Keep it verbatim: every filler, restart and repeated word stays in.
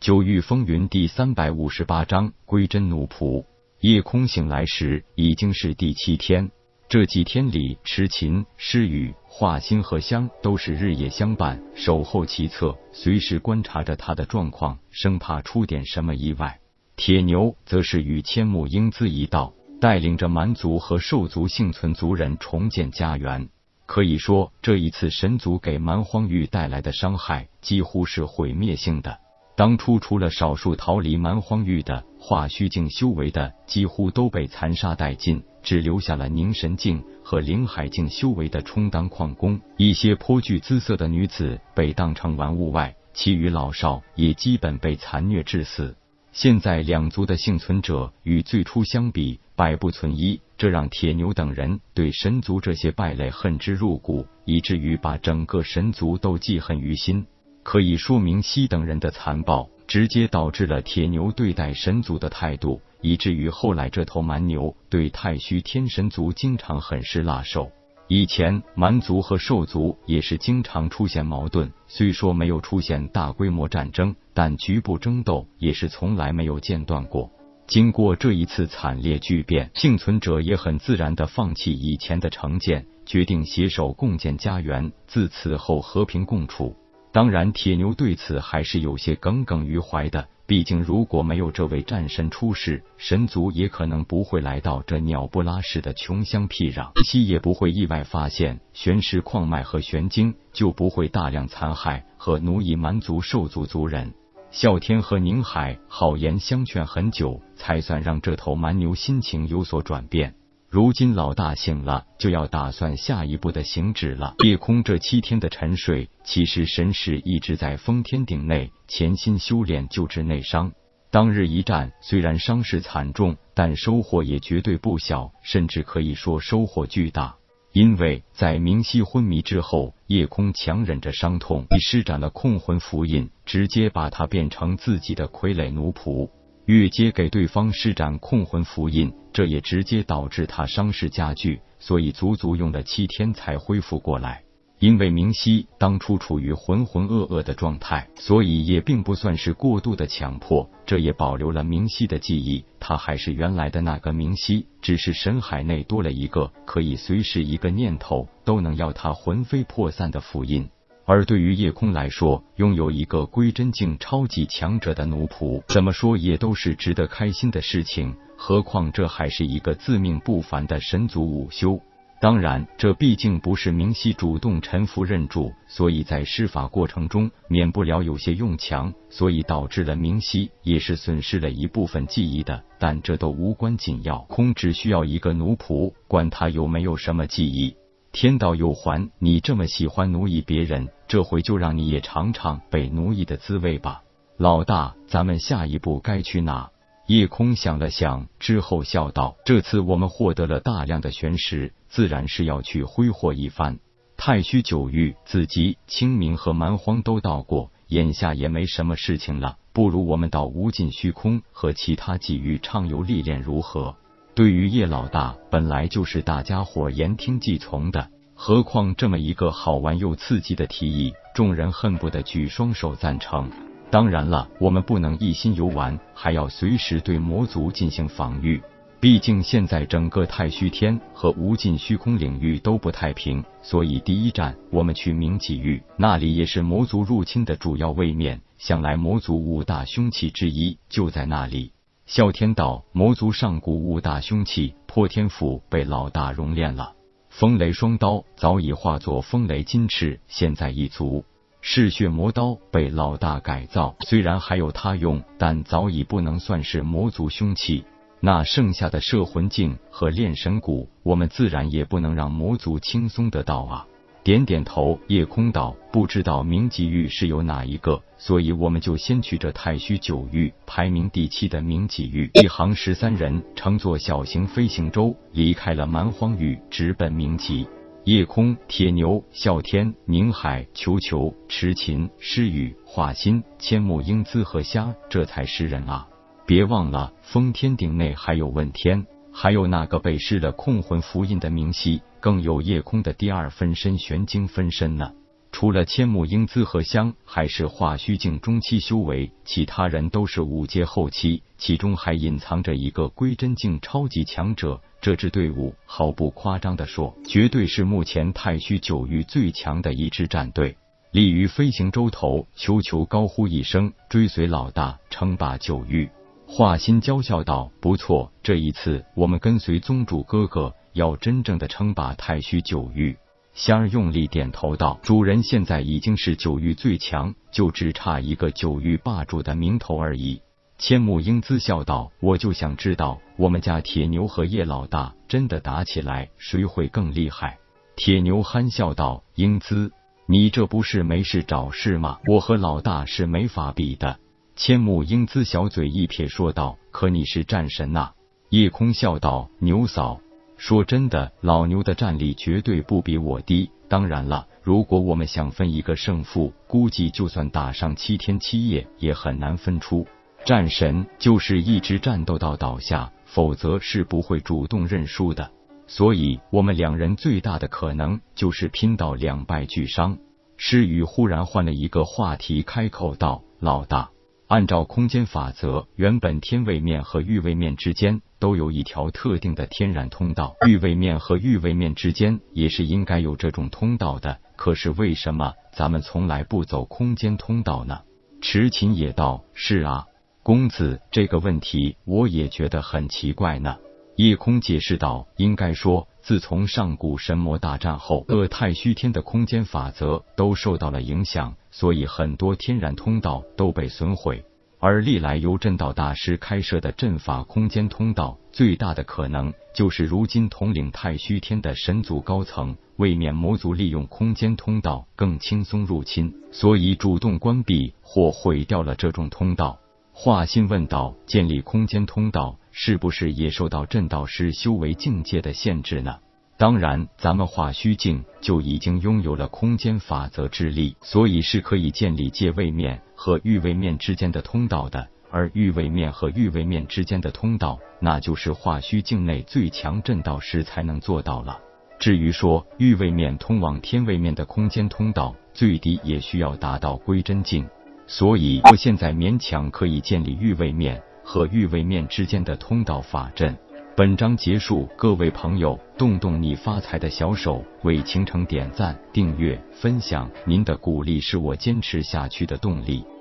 九域风云第三百五十八章归真奴仆。夜空醒来时已经是第七天，这几天里，痴琴、诗雨、华心和香都是日夜相伴，守候其侧，随时观察着他的状况，生怕出点什么意外。铁牛则是与千木英姿一道，带领着蛮族和兽族幸存族人重建家园。可以说，这一次神族给蛮荒域带来的伤害几乎是毁灭性的。当初除了少数逃离蛮荒域的化虚境修为的，几乎都被残杀殆尽，只留下了凝神境和灵海境修为的充当矿工。一些颇具姿色的女子被当成玩物外，其余老少也基本被残虐致死。现在两族的幸存者与最初相比百不存一，这让铁牛等人对神族这些败类恨之入骨，以至于把整个神族都记恨于心。可以说明西等人的残暴直接导致了铁牛对待神族的态度，以至于后来这头蛮牛对太虚天神族经常很是辣手。以前蛮族和兽族也是经常出现矛盾，虽说没有出现大规模战争，但局部争斗也是从来没有间断过。经过这一次惨烈巨变，幸存者也很自然地放弃以前的成见，决定携手共建家园，自此后和平共处。当然，铁牛对此还是有些耿耿于怀的，毕竟如果没有这位战神出世，神族也可能不会来到这鸟不拉屎的穷乡僻壤，其也不会意外发现玄石矿脉和玄晶，就不会大量残害和奴役蛮族兽族族人。啸天和宁海好言相劝很久，才算让这头蛮牛心情有所转变。如今老大醒了，就要打算下一步的行止了。夜空这七天的沉睡，其实神识一直在封天顶内潜心修炼救治内伤。当日一战虽然伤势惨重，但收获也绝对不小，甚至可以说收获巨大。因为在明熙昏迷之后，夜空强忍着伤痛，施展了控魂符印，直接把他变成自己的傀儡奴仆。越阶给对方施展控魂符印，这也直接导致他伤势加剧，所以足足用了七天才恢复过来。因为明熙当初处于浑浑噩噩的状态，所以也并不算是过度的强迫，这也保留了明熙的记忆，他还是原来的那个明熙，只是神海内多了一个可以随时一个念头都能要他魂飞魄散的符印。而对于夜空来说，拥有一个归真境超级强者的奴仆，怎么说也都是值得开心的事情，何况这还是一个自命不凡的神族武修。当然，这毕竟不是明熙主动臣服认主，所以在施法过程中免不了有些用强，所以导致了明熙也是损失了一部分记忆的，但这都无关紧要，空只需要一个奴仆，管他有没有什么记忆。天道有还，你这么喜欢奴役别人，这回就让你也尝尝被奴役的滋味吧。老大，咱们下一步该去哪？夜空想了想之后笑道，这次我们获得了大量的玄石，自然是要去挥霍一番。太虚九域、紫极、清明和蛮荒都到过，眼下也没什么事情了，不如我们到无尽虚空和其他几域畅游历练如何？对于叶老大，本来就是大家伙言听计从的，何况这么一个好玩又刺激的提议，众人恨不得举双手赞成。当然了，我们不能一心游玩，还要随时对魔族进行防御。毕竟现在整个太虚天和无尽虚空领域都不太平，所以第一站我们去冥极域，那里也是魔族入侵的主要位面，想来魔族五大凶器之一就在那里。啸天道，魔族上古五大凶器破天斧被老大熔炼了，风雷双刀早已化作风雷金翅，现在一族。嗜血魔刀被老大改造，虽然还有他用，但早已不能算是魔族凶器。那剩下的摄魂镜和炼神骨，我们自然也不能让魔族轻松得到啊。点点头，夜空道，不知道冥极域是有哪一个，所以我们就先去这太虚九域排名第七的冥极域。一行十三人乘坐小型飞行舟离开了蛮荒域，直奔冥极。夜空、铁牛、啸天、宁海、球球、痴琴、诗雨、华心、千木英姿和虾，这才十人啊！别忘了，封天顶内还有问天，还有那个被施了控魂符印的明熙，更有夜空的第二分身玄晶分身呢。 除了千木英姿和香还是化虚境中期修为，其他人都是五阶后期，其中还隐藏着一个归真境超级强者。这支队伍毫不夸张地说，绝对是目前太虚九域最强的一支战队。鲤鱼飞行洲头，球球高呼一声，追随老大称霸九域。华歆娇笑道：“不错，这一次我们跟随宗主哥哥，要真正的称霸太虚九域。”香儿用力点头道：“主人现在已经是九域最强，就只差一个九域霸主的名头而已。”千木英姿笑道：“我就想知道，我们家铁牛和叶老大真的打起来，谁会更厉害？”铁牛憨笑道：“英姿，你这不是没事找事吗？我和老大是没法比的。”千木英姿小嘴一撇说道：“可你是战神呐！”叶空笑道：“牛嫂，说真的，老牛的战力绝对不比我低。当然了，如果我们想分一个胜负，估计就算打上七天七夜，也很难分出。战神就是一直战斗到倒下，否则是不会主动认输的。所以，我们两人最大的可能就是拼到两败俱伤。”诗雨忽然换了一个话题，开口道：“老大。”按照空间法则，原本天位面和域位面之间都有一条特定的天然通道，域位面和域位面之间也是应该有这种通道的。可是为什么咱们从来不走空间通道呢？迟琴也道：“是啊，公子，这个问题我也觉得很奇怪呢。”夜空解释道：“应该说，自从上古神魔大战后，各太虚天的空间法则都受到了影响，所以很多天然通道都被损毁。而历来由震道大师开设的阵法空间通道，最大的可能就是如今统领太虚天的神族高层，为免魔族利用空间通道更轻松入侵，所以主动关闭或毁掉了这种通道。”华歆问道：“建立空间通道是不是也受到震道师修为境界的限制呢？”当然，咱们化虚境就已经拥有了空间法则之力，所以是可以建立界位面和域位面之间的通道的。而域位面和域位面之间的通道，那就是化虚境内最强震道师才能做到了。至于说域位面通往天位面的空间通道，最低也需要达到归真境。所以，我现在勉强可以建立域位面和域位面之间的通道法阵。本章结束，各位朋友，动动你发财的小手，为倾城点赞、订阅、分享，您的鼓励是我坚持下去的动力。